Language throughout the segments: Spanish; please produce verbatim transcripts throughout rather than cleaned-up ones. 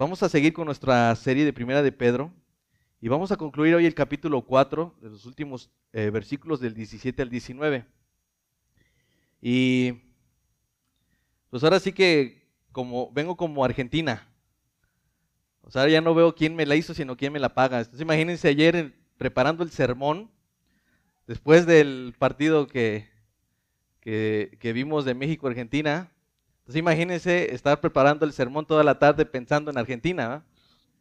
Vamos a seguir con nuestra serie de Primera de Pedro y vamos a concluir hoy el capítulo cuatro, de los últimos eh, versículos del diecisiete al diecinueve. Y pues ahora sí que como vengo como Argentina, o sea, ya no veo quién me la hizo, sino quién me la paga. Entonces imagínense ayer preparando el sermón, después del partido que, que, que vimos de México-Argentina. Entonces imagínense estar preparando el sermón toda la tarde pensando en Argentina, ¿no?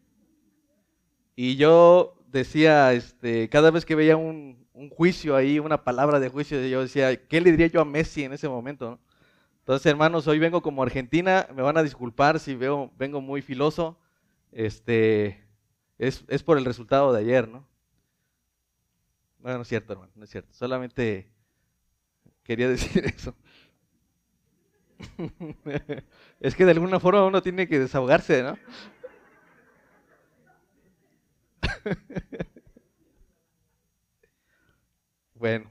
Y yo decía, este, cada vez que veía un, un juicio ahí, una palabra de juicio, yo decía, ¿qué le diría yo a Messi en ese momento, ¿no? Entonces, hermanos, hoy vengo como Argentina, me van a disculpar si veo, vengo muy filoso, este, es, es por el resultado de ayer, ¿no? Bueno, no es cierto, hermano, no es cierto, solamente quería decir eso. Es que de alguna forma uno tiene que desahogarse, ¿no? Bueno,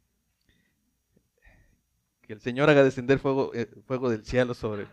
que el Señor haga descender fuego, eh, fuego del cielo sobre...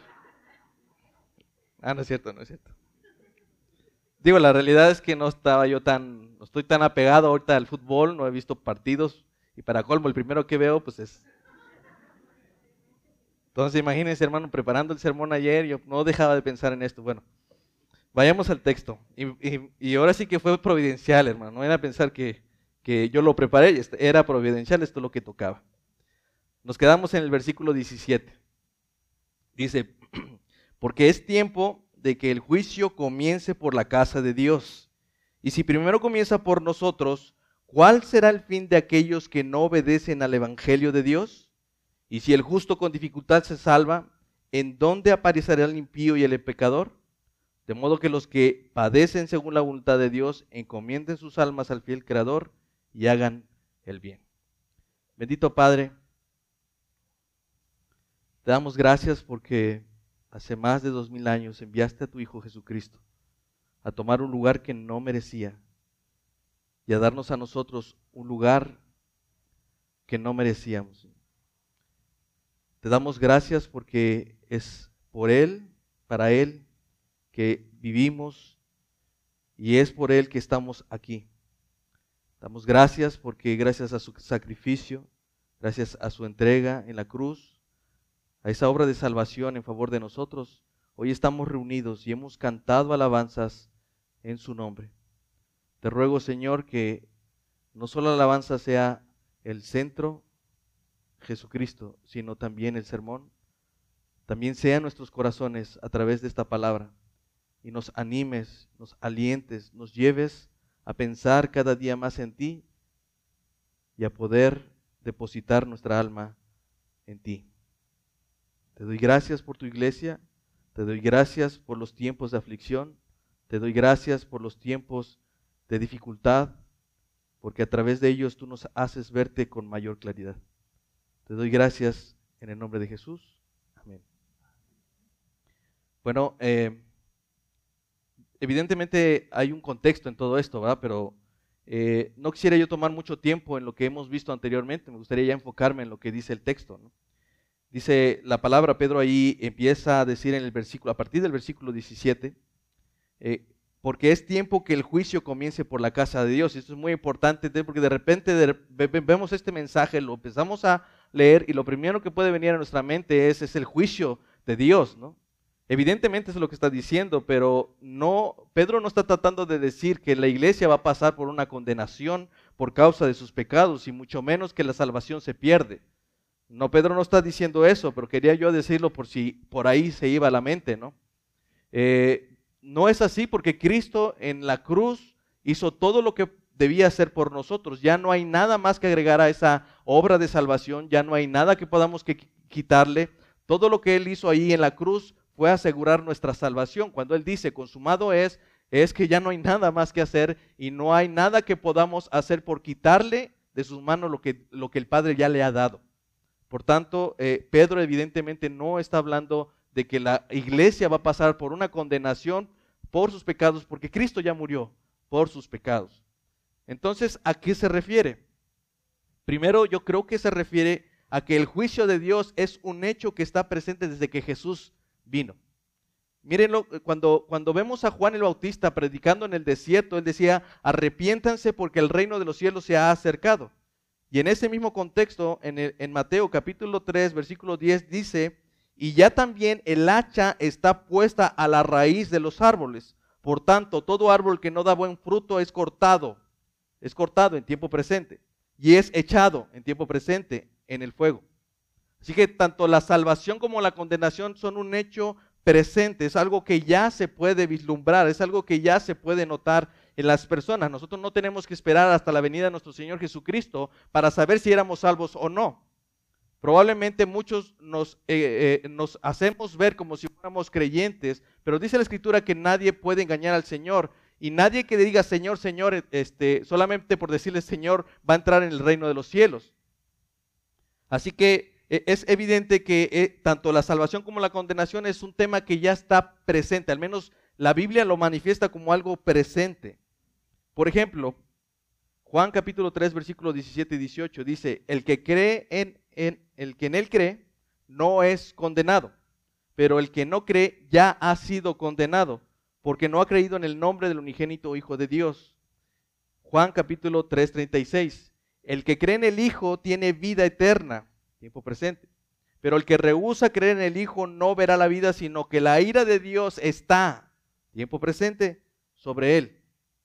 Ah, no es cierto, no es cierto. Digo, la realidad es que no estaba yo tan, no estoy tan apegado ahorita al fútbol, no he visto partidos, y para colmo, el primero que veo, pues es... Entonces, imagínense, hermano, preparando el sermón ayer, yo no dejaba de pensar en esto. Bueno, vayamos al texto. Y, y, y ahora sí que fue providencial, hermano, no era pensar que, que yo lo preparé, era providencial, esto es lo que tocaba. Nos quedamos en el versículo diecisiete. Dice, porque es tiempo de que el juicio comience por la casa de Dios. Y si primero comienza por nosotros, ¿cuál será el fin de aquellos que no obedecen al evangelio de Dios? Y si el justo con dificultad se salva, ¿en dónde aparecerá el impío y el pecador? De modo que los que padecen según la voluntad de Dios encomienden sus almas al fiel Creador y hagan el bien. Bendito Padre, te damos gracias porque hace más de dos mil años enviaste a tu Hijo Jesucristo a tomar un lugar que no merecía y a darnos a nosotros un lugar que no merecíamos. Te damos gracias porque es por Él, para Él, que vivimos y es por Él que estamos aquí. Damos gracias porque gracias a su sacrificio, gracias a su entrega en la cruz, a esa obra de salvación en favor de nosotros, hoy estamos reunidos y hemos cantado alabanzas en su nombre. Te ruego, Señor, que no solo la alabanza sea el centro, Jesucristo, sino también el sermón, también sea en nuestros corazones a través de esta palabra y nos animes, nos alientes, nos lleves a pensar cada día más en ti y a poder depositar nuestra alma en ti. Te doy gracias por tu iglesia, te doy gracias por los tiempos de aflicción, te doy gracias por los tiempos de dificultad, porque a través de ellos tú nos haces verte con mayor claridad. Te doy gracias en el nombre de Jesús. Amén. Bueno, eh, evidentemente hay un contexto en todo esto, ¿verdad? Pero eh, no quisiera yo tomar mucho tiempo en lo que hemos visto anteriormente, me gustaría ya enfocarme en lo que dice el texto, ¿no? Dice la palabra, Pedro ahí empieza a decir en el versículo, a partir del versículo diecisiete, eh, porque es tiempo que el juicio comience por la casa de Dios. Y esto es muy importante porque de repente de, vemos este mensaje, lo empezamos a leer y lo primero que puede venir a nuestra mente es, es el juicio de Dios, ¿no? Evidentemente eso es lo que está diciendo, pero no, Pedro no está tratando de decir que la iglesia va a pasar por una condenación por causa de sus pecados y mucho menos que la salvación se pierde. No, Pedro no está diciendo eso, pero quería yo decirlo por si por ahí se iba a la mente, ¿no? Eh, no es así porque Cristo en la cruz hizo todo lo que debía hacer por nosotros. Ya no hay nada más que agregar a esa obra de salvación, ya no hay nada que podamos que quitarle. Todo lo que Él hizo ahí en la cruz fue asegurar nuestra salvación. Cuando Él dice consumado es, es que ya no hay nada más que hacer y no hay nada que podamos hacer por quitarle de sus manos lo que, lo que el Padre ya le ha dado. Por tanto, eh, Pedro evidentemente no está hablando de que la iglesia va a pasar por una condenación por sus pecados, porque Cristo ya murió por sus pecados. Entonces, ¿a qué se refiere? Primero, yo creo que se refiere a que el juicio de Dios es un hecho que está presente desde que Jesús vino. Mírenlo, cuando, cuando vemos a Juan el Bautista predicando en el desierto, él decía, arrepiéntanse porque el reino de los cielos se ha acercado. Y en ese mismo contexto, en, el, en Mateo capítulo tres, versículo diez, dice, y ya también el hacha está puesta a la raíz de los árboles. Por tanto, todo árbol que no da buen fruto es cortado, es cortado en tiempo presente y es echado en tiempo presente en el fuego. Así que tanto la salvación como la condenación son un hecho presente, es algo que ya se puede vislumbrar, es algo que ya se puede notar en las personas. Nosotros no tenemos que esperar hasta la venida de nuestro Señor Jesucristo para saber si éramos salvos o no. Probablemente muchos nos, eh, eh, nos hacemos ver como si fuéramos creyentes, pero dice la Escritura que nadie puede engañar al Señor, y nadie que diga Señor, Señor, este, solamente por decirle Señor, va a entrar en el reino de los cielos. Así que eh, es evidente que eh, tanto la salvación como la condenación es un tema que ya está presente, al menos la Biblia lo manifiesta como algo presente. Por ejemplo, Juan capítulo tres, versículos diecisiete y dieciocho dice, el que cree en, en, el que en él cree no es condenado, pero el que no cree ya ha sido condenado, porque no ha creído en el nombre del unigénito Hijo de Dios. Juan capítulo tres, treinta y seis, el que cree en el Hijo tiene vida eterna, tiempo presente, pero el que rehúsa creer en el Hijo no verá la vida, sino que la ira de Dios está, tiempo presente, sobre él.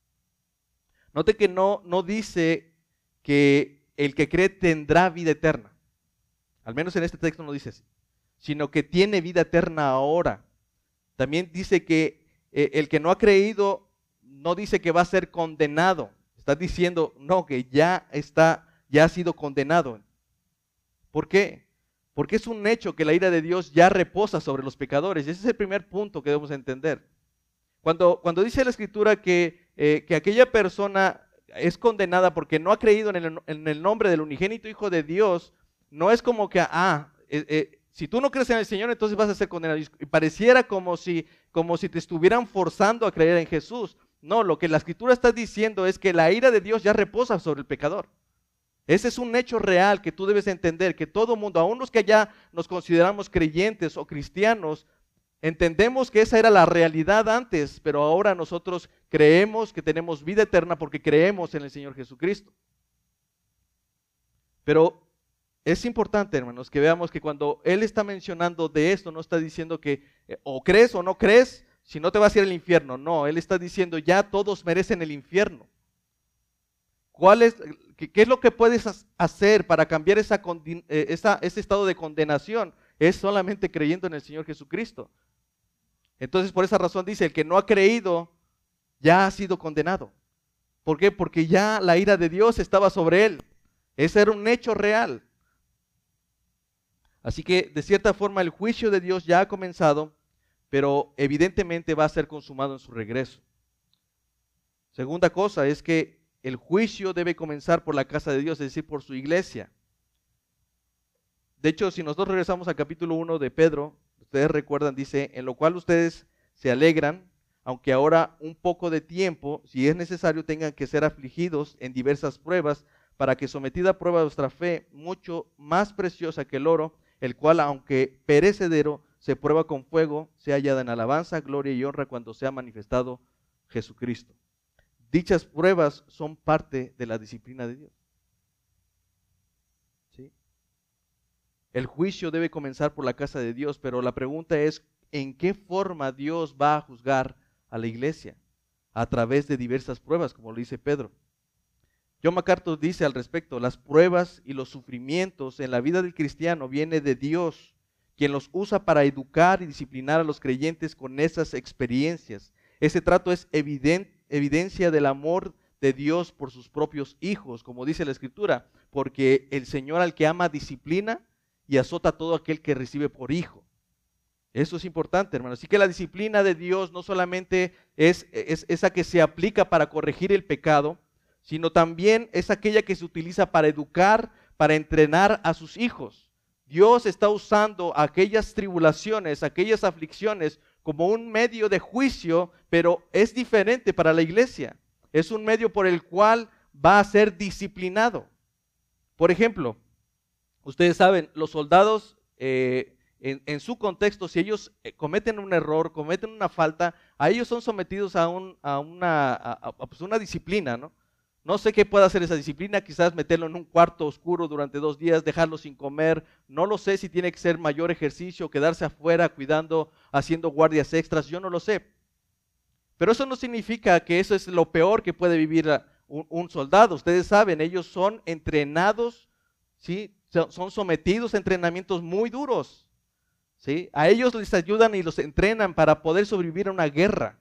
Note que no, no dice que el que cree tendrá vida eterna. Al menos en este texto no dice así. Sino que tiene vida eterna ahora. También dice que eh, el que no ha creído no dice que va a ser condenado. Está diciendo, no, que ya está, ya ha sido condenado. ¿Por qué? Porque es un hecho que la ira de Dios ya reposa sobre los pecadores. Y ese es el primer punto que debemos entender. Cuando, cuando dice la Escritura que, eh, que aquella persona es condenada porque no ha creído en el, en el nombre del unigénito Hijo de Dios, no es como que, ah, eh, eh, si tú no crees en el Señor, entonces vas a ser condenado. Y pareciera como si, como si te estuvieran forzando a creer en Jesús. No, lo que la Escritura está diciendo es que la ira de Dios ya reposa sobre el pecador. Ese es un hecho real que tú debes entender, que todo mundo, aun los que ya nos consideramos creyentes o cristianos, entendemos que esa era la realidad antes, pero ahora nosotros creemos que tenemos vida eterna porque creemos en el Señor Jesucristo. Pero es importante, hermanos, que veamos que cuando Él está mencionando de esto, no está diciendo que eh, o crees o no crees, si no te vas a ir al infierno. No, Él está diciendo ya todos merecen el infierno. ¿Cuál es, qué, qué es lo que puedes hacer para cambiar esa, esa, ese estado de condenación? Es solamente creyendo en el Señor Jesucristo. Entonces, por esa razón dice, el que no ha creído ya ha sido condenado. ¿Por qué? Porque ya la ira de Dios estaba sobre él. Ese era un hecho real. Así que, de cierta forma, el juicio de Dios ya ha comenzado, pero evidentemente va a ser consumado en su regreso. Segunda cosa es que el juicio debe comenzar por la casa de Dios, es decir, por su iglesia. De hecho, si nosotros regresamos al capítulo uno de Pedro, ustedes recuerdan, dice, en lo cual ustedes se alegran, aunque ahora un poco de tiempo, si es necesario, tengan que ser afligidos en diversas pruebas, para que sometida a prueba vuestra fe, mucho más preciosa que el oro, el cual, aunque perecedero, se prueba con fuego, sea hallada en alabanza, gloria y honra cuando sea manifestado Jesucristo. Dichas pruebas son parte de la disciplina de Dios. ¿Sí? El juicio debe comenzar por la casa de Dios, pero la pregunta es, ¿en qué forma Dios va a juzgar a la iglesia? A través de diversas pruebas, como lo dice Pedro. John MacArthur dice al respecto, las pruebas y los sufrimientos en la vida del cristiano vienen de Dios, quien los usa para educar y disciplinar a los creyentes con esas experiencias. Ese trato es evidente, evidencia del amor de Dios por sus propios hijos, como dice la Escritura, porque el Señor al que ama disciplina y azota a todo aquel que recibe por hijo. Eso es importante, hermano. Así que la disciplina de Dios no solamente es, es esa que se aplica para corregir el pecado, sino también es aquella que se utiliza para educar, para entrenar a sus hijos. Dios está usando aquellas tribulaciones, aquellas aflicciones como un medio de juicio, pero es diferente para la iglesia. Es un medio por el cual va a ser disciplinado. Por ejemplo, ustedes saben, los soldados eh, en, en su contexto, si ellos cometen un error, cometen una falta, a ellos son sometidos a, un, a, una, a, a, pues una disciplina, ¿no? No sé qué puede hacer esa disciplina, quizás meterlo en un cuarto oscuro durante dos días, dejarlo sin comer, no lo sé si tiene que ser mayor ejercicio, quedarse afuera cuidando, haciendo guardias extras, yo no lo sé. Pero eso no significa que eso es lo peor que puede vivir un, un soldado. Ustedes saben, ellos son entrenados, ¿sí? Son sometidos a entrenamientos muy duros, ¿sí? A ellos les ayudan y los entrenan para poder sobrevivir a una guerra.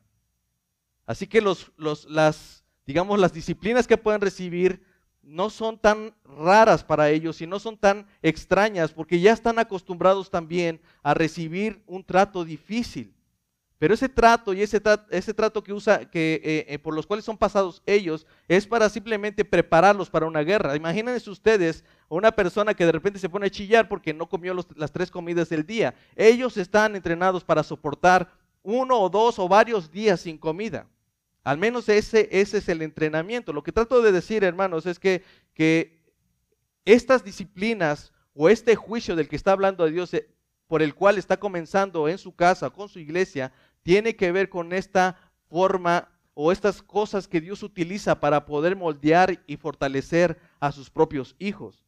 Así que los, los, las, digamos, las disciplinas que pueden recibir no son tan raras para ellos y no son tan extrañas porque ya están acostumbrados también a recibir un trato difícil. Pero ese trato y ese trato, ese trato que usa, que, eh, eh, por los cuales son pasados ellos, es para simplemente prepararlos para una guerra. Imagínense ustedes a una persona que de repente se pone a chillar porque no comió los, las tres comidas del día. Ellos están entrenados para soportar uno o dos o varios días sin comida. Al menos ese, ese es el entrenamiento. Lo que trato de decir, hermanos, es que, que estas disciplinas o este juicio del que está hablando Dios, eh, por el cual está comenzando en su casa, con su iglesia, tiene que ver con esta forma o estas cosas que Dios utiliza para poder moldear y fortalecer a sus propios hijos.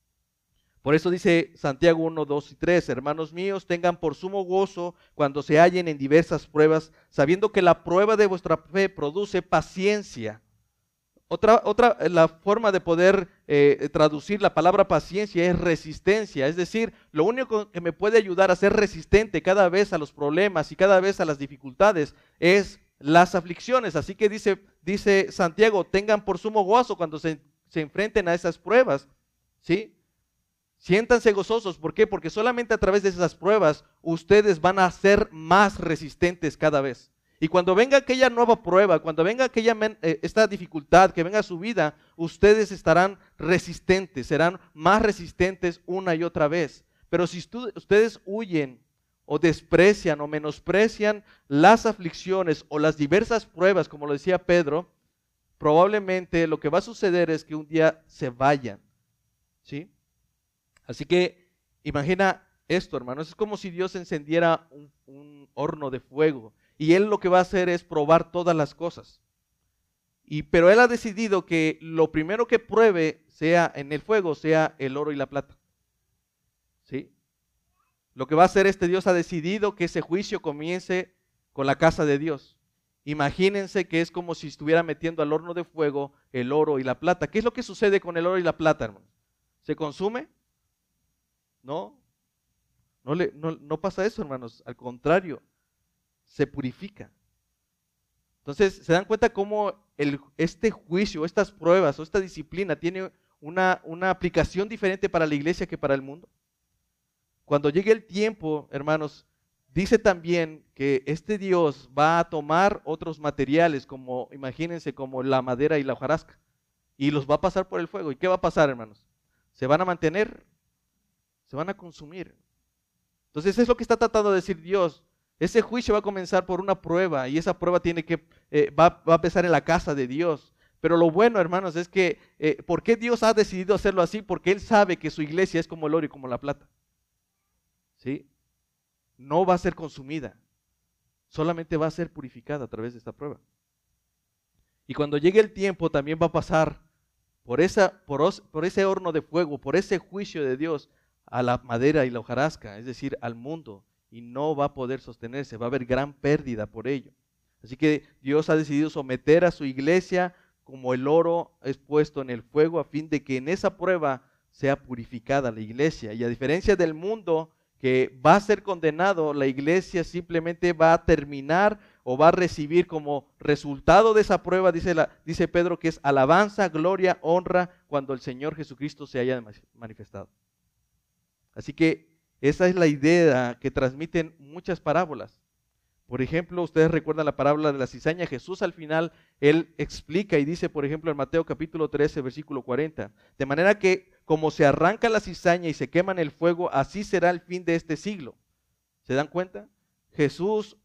Por eso dice Santiago uno, dos y tres, hermanos míos, tengan por sumo gozo cuando se hallen en diversas pruebas, sabiendo que la prueba de vuestra fe produce paciencia. Otra, otra la forma de poder eh, traducir la palabra paciencia es resistencia, es decir, lo único que me puede ayudar a ser resistente cada vez a los problemas y cada vez a las dificultades es las aflicciones. Así que dice, dice Santiago, tengan por sumo gozo cuando se, se enfrenten a esas pruebas, ¿sí? Siéntanse gozosos, ¿por qué? Porque solamente a través de esas pruebas ustedes van a ser más resistentes cada vez. Y cuando venga aquella nueva prueba, cuando venga aquella eh, esta dificultad que venga a su vida, ustedes estarán resistentes, serán más resistentes una y otra vez. Pero si ustedes huyen o desprecian o menosprecian las aflicciones o las diversas pruebas, como lo decía Pedro, probablemente lo que va a suceder es que un día se vayan, ¿sí? Así que imagina esto, hermanos, es como si Dios encendiera un, un horno de fuego. Y Él lo que va a hacer es probar todas las cosas. Y, pero Él ha decidido que lo primero que pruebe sea en el fuego, sea el oro y la plata. ¿Sí? Lo que va a hacer este Dios ha decidido que ese juicio comience con la casa de Dios. Imagínense que es como si estuviera metiendo al horno de fuego el oro y la plata. ¿Qué es lo que sucede con el oro y la plata, hermanos? ¿Se consume? No. No, le, no, no pasa eso, hermanos. Al contrario, se purifica. Entonces, ¿se dan cuenta cómo el, este juicio, estas pruebas o esta disciplina tiene una, una aplicación diferente para la iglesia que para el mundo? Cuando llegue el tiempo, hermanos, dice también que este Dios va a tomar otros materiales, como, imagínense, como la madera y la hojarasca, y los va a pasar por el fuego. ¿Y qué va a pasar, hermanos? ¿Se van a mantener? ¿Se van a consumir? Entonces, es lo que está tratando de decir Dios. Ese juicio va a comenzar por una prueba y esa prueba tiene que, eh, va, va a empezar en la casa de Dios. Pero lo bueno, hermanos, es que, eh, ¿por qué Dios ha decidido hacerlo así? Porque Él sabe que su iglesia es como el oro y como la plata. ¿Sí? No va a ser consumida, solamente va a ser purificada a través de esta prueba. Y cuando llegue el tiempo también va a pasar por, esa, por, os, por ese horno de fuego, por ese juicio de Dios a la madera y la hojarasca, es decir, al mundo. Y no va a poder sostenerse, va a haber gran pérdida por ello. Así que Dios ha decidido someter a su iglesia como el oro es puesto en el fuego a fin de que en esa prueba sea purificada la iglesia. Y a diferencia del mundo que va a ser condenado, la iglesia simplemente va a terminar o va a recibir como resultado de esa prueba, dice, la, dice Pedro, que es alabanza, gloria, honra cuando el Señor Jesucristo se haya manifestado. Así que esa es la idea que transmiten muchas parábolas. Por ejemplo, ustedes recuerdan la parábola de la cizaña. Jesús al final, Él explica y dice, por ejemplo, en Mateo capítulo trece, versículo cuarenta, de manera que como se arranca la cizaña y se quema en el fuego, así será el fin de este siglo. ¿Se dan cuenta? Jesús,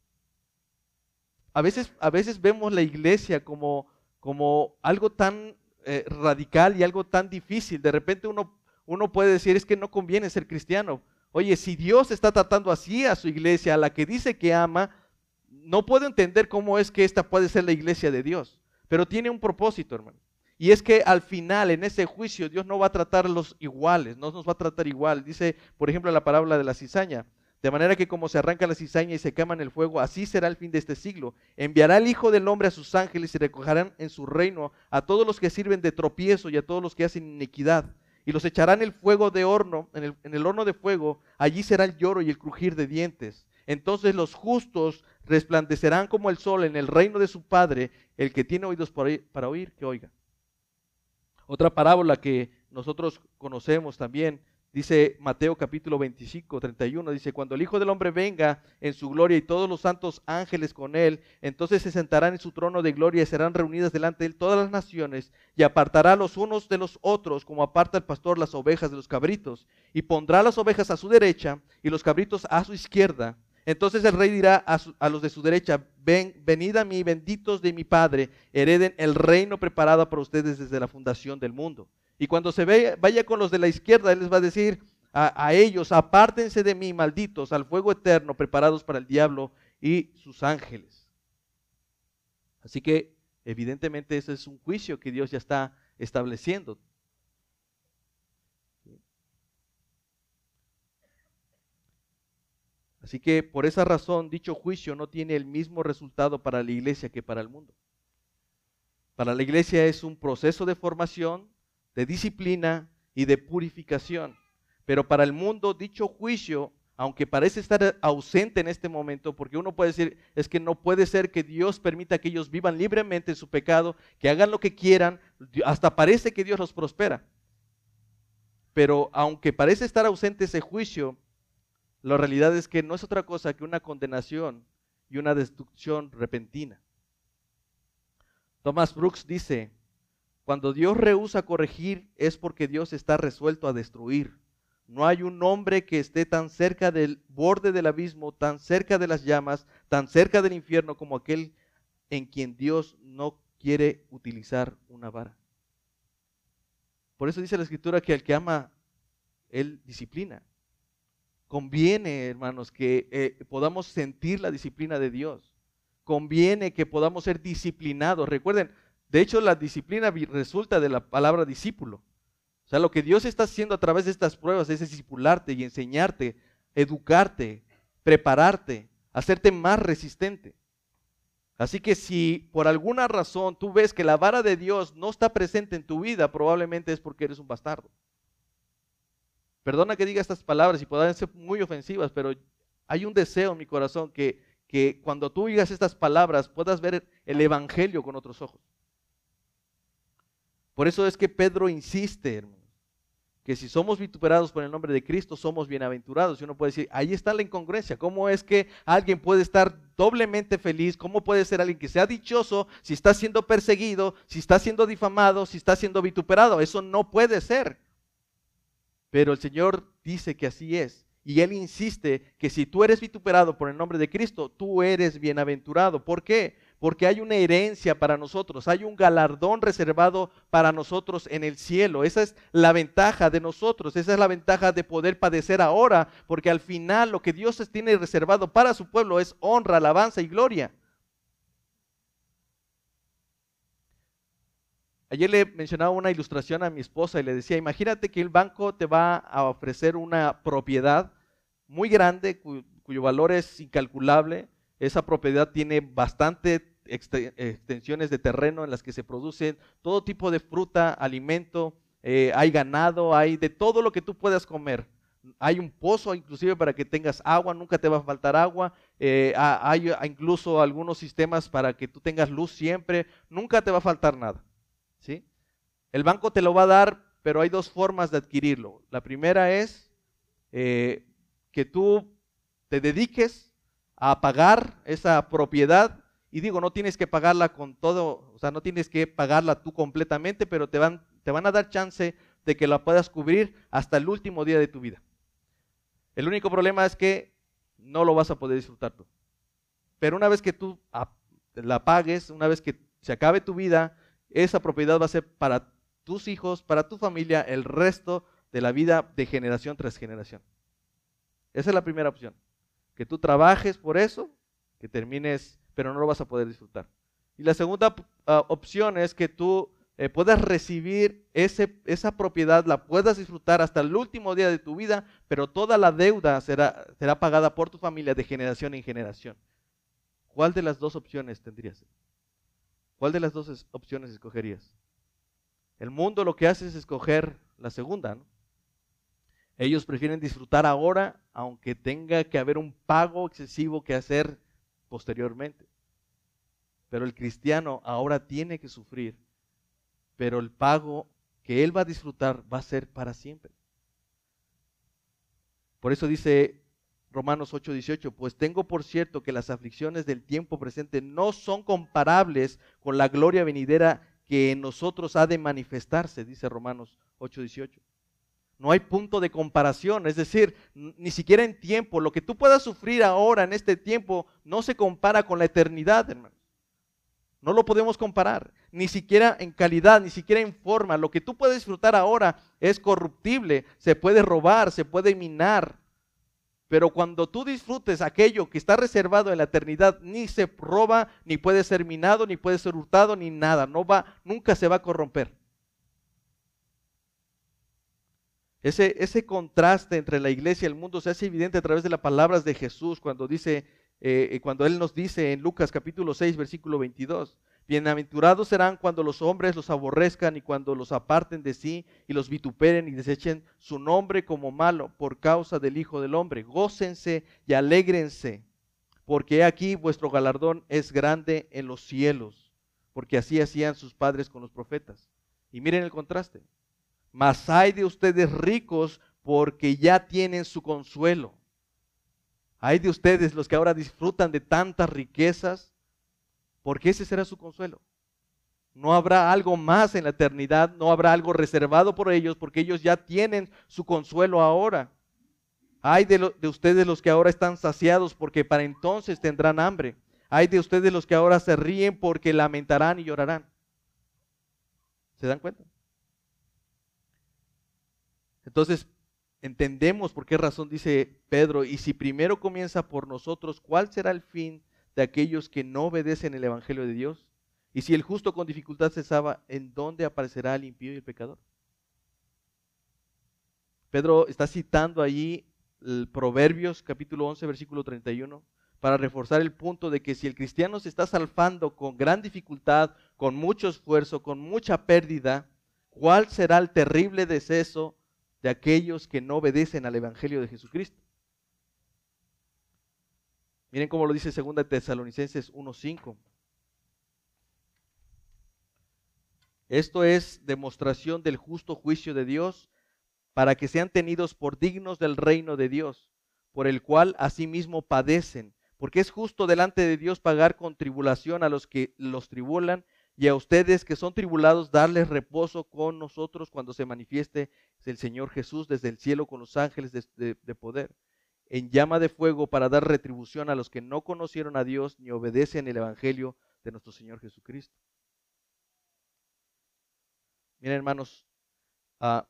a veces, a veces vemos la iglesia como, como algo tan eh, radical y algo tan difícil. De repente uno, uno puede decir, es que no conviene ser cristiano. Oye, si Dios está tratando así a su iglesia, a la que dice que ama, no puedo entender cómo es que esta puede ser la iglesia de Dios. Pero tiene un propósito, hermano. Y es que al final, en ese juicio, Dios no va a tratarlos iguales, no nos va a tratar igual. Dice, por ejemplo, la parábola de la cizaña. De manera que como se arranca la cizaña y se quema en el fuego, así será el fin de este siglo. Enviará el Hijo del Hombre a sus ángeles y recogerán en su reino a todos los que sirven de tropiezo y a todos los que hacen iniquidad. Y los echarán en el fuego de horno, en el, en el horno de fuego, allí será el lloro y el crujir de dientes. Entonces los justos resplandecerán como el sol en el reino de su Padre. El que tiene oídos para oír, que oiga. Otra parábola que nosotros conocemos también, dice Mateo capítulo veinticinco, treinta y uno, dice, cuando el Hijo del Hombre venga en su gloria y todos los santos ángeles con él, entonces se sentarán en su trono de gloria y serán reunidas delante de él todas las naciones, y apartará los unos de los otros, como aparta el pastor las ovejas de los cabritos, y pondrá las ovejas a su derecha y los cabritos a su izquierda. Entonces el rey dirá a, su, a los de su derecha, ven, venid a mí, benditos de mi Padre, hereden el reino preparado para ustedes desde la fundación del mundo. Y cuando se vaya, vaya con los de la izquierda, él les va a decir a, a ellos, apártense de mí, malditos, al fuego eterno, preparados para el diablo y sus ángeles. Así que, evidentemente, ese es un juicio que Dios ya está estableciendo. Así que, por esa razón, dicho juicio no tiene el mismo resultado para la iglesia que para el mundo. Para la iglesia es un proceso de formación, de disciplina y de purificación. Pero para el mundo, dicho juicio, aunque parece estar ausente en este momento, porque uno puede decir, es que no puede ser que Dios permita que ellos vivan libremente en su pecado, que hagan lo que quieran, hasta parece que Dios los prospera. Pero aunque parece estar ausente ese juicio, la realidad es que no es otra cosa que una condenación y una destrucción repentina. Thomas Brooks dice, cuando Dios rehúsa corregir es porque Dios está resuelto a destruir. No hay un hombre que esté tan cerca del borde del abismo, tan cerca de las llamas, tan cerca del infierno como aquel en quien Dios no quiere utilizar una vara. Por eso dice la Escritura que al que ama, Él disciplina. Conviene, hermanos, que eh, podamos sentir la disciplina de Dios. Conviene que podamos ser disciplinados. Recuerden, de hecho, la disciplina resulta de la palabra discípulo. O sea, lo que Dios está haciendo a través de estas pruebas es discipularte y enseñarte, educarte, prepararte, hacerte más resistente. Así que si por alguna razón tú ves que la vara de Dios no está presente en tu vida, probablemente es porque eres un bastardo. Perdona que diga estas palabras y puedan ser muy ofensivas, pero hay un deseo en mi corazón que, que cuando tú digas estas palabras puedas ver el evangelio con otros ojos. Por eso es que Pedro insiste, hermano, que si somos vituperados por el nombre de Cristo, somos bienaventurados. Y uno puede decir, ahí está la incongruencia. ¿Cómo es que alguien puede estar doblemente feliz? ¿Cómo puede ser alguien que sea dichoso si está siendo perseguido, si está siendo difamado, si está siendo vituperado? Eso no puede ser. Pero el Señor dice que así es. Y Él insiste que si tú eres vituperado por el nombre de Cristo, tú eres bienaventurado. ¿Por qué? Porque hay una herencia para nosotros, hay un galardón reservado para nosotros en el cielo. Esa es la ventaja de nosotros, esa es la ventaja de poder padecer ahora, porque al final lo que Dios tiene reservado para su pueblo es honra, alabanza y gloria. Ayer le mencionaba una ilustración a mi esposa y le decía, imagínate que el banco te va a ofrecer una propiedad muy grande cuyo, cuyo valor es incalculable. Esa propiedad tiene bastante extensiones de terreno en las que se producen todo tipo de fruta, alimento, eh, hay ganado, hay de todo lo que tú puedas comer. Hay un pozo inclusive para que tengas agua, nunca te va a faltar agua. Eh, hay incluso algunos sistemas para que tú tengas luz siempre, nunca te va a faltar nada. ¿Sí? El banco te lo va a dar, pero hay dos formas de adquirirlo. La primera es eh, que tú te dediques a pagar esa propiedad, y digo, no tienes que pagarla con todo, o sea, no tienes que pagarla tú completamente, pero te van, te van a dar chance de que la puedas cubrir hasta el último día de tu vida. El único problema es que no lo vas a poder disfrutar tú. Pero una vez que tú la pagues, una vez que se acabe tu vida, esa propiedad va a ser para tus hijos, para tu familia, el resto de la vida de generación tras generación. Esa es la primera opción. Que tú trabajes por eso, que termines, pero no lo vas a poder disfrutar. Y la segunda uh, opción es que tú eh, puedas recibir ese, esa propiedad, la puedas disfrutar hasta el último día de tu vida, pero toda la deuda será, será pagada por tu familia de generación en generación. ¿Cuál de las dos opciones tendrías? ¿Cuál de las dos es, opciones escogerías? El mundo lo que hace es escoger la segunda, ¿no? Ellos prefieren disfrutar ahora, aunque tenga que haber un pago excesivo que hacer posteriormente. Pero el cristiano ahora tiene que sufrir, pero el pago que él va a disfrutar va a ser para siempre. Por eso dice Romanos ocho dieciocho, pues tengo por cierto que las aflicciones del tiempo presente no son comparables con la gloria venidera que en nosotros ha de manifestarse, dice Romanos ocho dieciocho. No hay punto de comparación, es decir, ni siquiera en tiempo. Lo que tú puedas sufrir ahora en este tiempo no se compara con la eternidad, hermanos. No lo podemos comparar, ni siquiera en calidad, ni siquiera en forma. Lo que tú puedes disfrutar ahora es corruptible, se puede robar, se puede minar. Pero cuando tú disfrutes aquello que está reservado en la eternidad, ni se roba, ni puede ser minado, ni puede ser hurtado, ni nada. No va, nunca se va a corromper. Ese, ese contraste entre la iglesia y el mundo se hace evidente a través de las palabras de Jesús cuando dice, eh, cuando Él nos dice en Lucas capítulo seis, versículo veintidós, bienaventurados serán cuando los hombres los aborrezcan y cuando los aparten de sí y los vituperen y desechen su nombre como malo por causa del Hijo del Hombre. Gócense y alégrense, porque aquí vuestro galardón es grande en los cielos, porque así hacían sus padres con los profetas. Y miren el contraste. Mas hay de ustedes ricos porque ya tienen su consuelo. Hay de ustedes los que ahora disfrutan de tantas riquezas, porque ese será su consuelo. No habrá algo más en la eternidad, no habrá algo reservado por ellos, porque ellos ya tienen su consuelo ahora. Hay de, lo, de ustedes los que ahora están saciados, porque para entonces tendrán hambre. Hay de ustedes los que ahora se ríen, porque lamentarán y llorarán. ¿Se dan cuenta? Entonces, entendemos por qué razón dice Pedro, y si primero comienza por nosotros, ¿cuál será el fin de aquellos que no obedecen el evangelio de Dios? Y si el justo con dificultad cesaba, ¿en dónde aparecerá el impío y el pecador? Pedro está citando allí el Proverbios capítulo once, versículo treinta y uno, para reforzar el punto de que si el cristiano se está salvando con gran dificultad, con mucho esfuerzo, con mucha pérdida, ¿cuál será el terrible deceso de aquellos que no obedecen al evangelio de Jesucristo? Miren cómo lo dice segunda Tesalonicenses uno cinco. Esto es demostración del justo juicio de Dios, para que sean tenidos por dignos del reino de Dios, por el cual asimismo padecen, porque es justo delante de Dios pagar con tribulación a los que los tribulan, y a ustedes que son tribulados, darles reposo con nosotros cuando se manifieste el Señor Jesús desde el cielo con los ángeles de, de, de poder, en llama de fuego, para dar retribución a los que no conocieron a Dios ni obedecen el evangelio de nuestro Señor Jesucristo. Miren, hermanos, uh,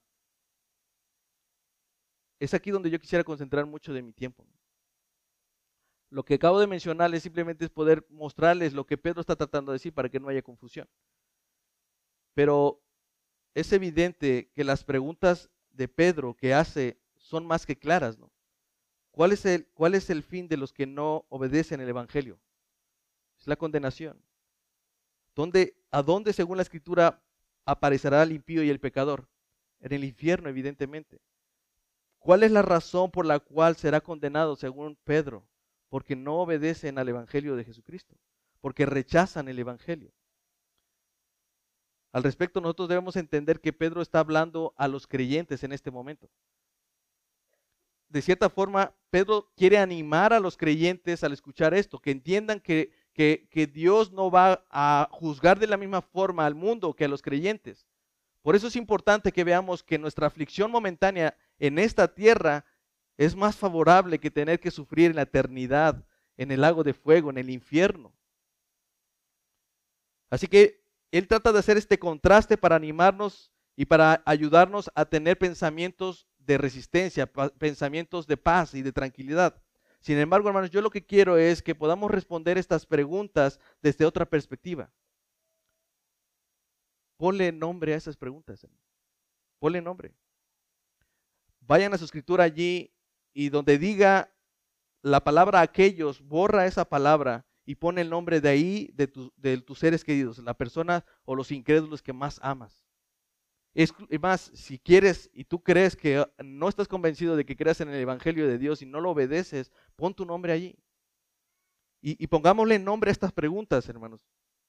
es aquí donde yo quisiera concentrar mucho de mi tiempo. Lo que acabo de mencionarles simplemente es poder mostrarles lo que Pedro está tratando de decir para que no haya confusión. Pero es evidente que las preguntas de Pedro que hace son más que claras, ¿no? ¿Cuál es el, cuál es el fin de los que no obedecen el evangelio? Es la condenación. ¿Dónde, ¿A dónde, según la Escritura, aparecerá el impío y el pecador? En el infierno, evidentemente. ¿Cuál es la razón por la cual será condenado, según Pedro? Porque no obedecen al evangelio de Jesucristo, porque rechazan el evangelio. Al respecto, nosotros debemos entender que Pedro está hablando a los creyentes en este momento. De cierta forma, Pedro quiere animar a los creyentes al escuchar esto, que entiendan que, que, que Dios no va a juzgar de la misma forma al mundo que a los creyentes. Por eso es importante que veamos que nuestra aflicción momentánea en esta tierra es más favorable que tener que sufrir en la eternidad, en el lago de fuego, en el infierno. Así que él trata de hacer este contraste para animarnos y para ayudarnos a tener pensamientos de resistencia, pensamientos de paz y de tranquilidad. Sin embargo, hermanos, yo lo que quiero es que podamos responder estas preguntas desde otra perspectiva. Ponle nombre a esas preguntas, hermano. Ponle nombre. Vayan a su escritura allí y donde diga la palabra aquellos, borra esa palabra y pone el nombre de ahí, de, tu, de tus seres queridos, la persona o los incrédulos que más amas. Es más, si quieres y tú crees que no estás convencido de que creas en el Evangelio de Dios y no lo obedeces, pon tu nombre allí. Y, y pongámosle nombre a estas preguntas, hermanos.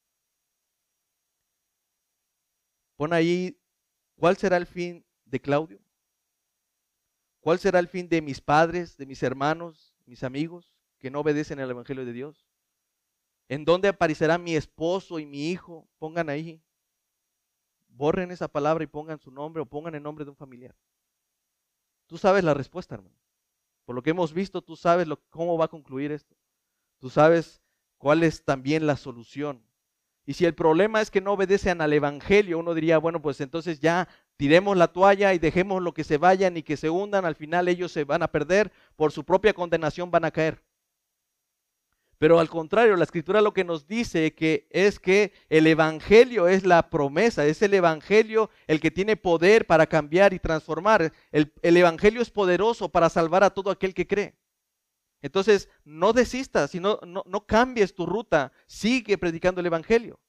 Pon ahí, ¿cuál será el fin de Claudio? ¿Cuál será el fin de mis padres, de mis hermanos, mis amigos que no obedecen al Evangelio de Dios? ¿En dónde aparecerá mi esposo y mi hijo? Pongan ahí. Borren esa palabra y pongan su nombre o pongan el nombre de un familiar. Tú sabes la respuesta, hermano. Por lo que hemos visto, tú sabes lo, cómo va a concluir esto. Tú sabes cuál es también la solución. Y si el problema es que no obedecen al Evangelio, uno diría, bueno, pues entonces ya tiremos la toalla y dejemos lo que se vayan y que se hundan. Al final ellos se van a perder, por su propia condenación van a caer. Pero al contrario, la Escritura lo que nos dice que es que el Evangelio es la promesa, es el Evangelio el que tiene poder para cambiar y transformar. El, el Evangelio es poderoso para salvar a todo aquel que cree. Entonces, no desistas, sino, no, no cambies tu ruta, sigue predicando el Evangelio.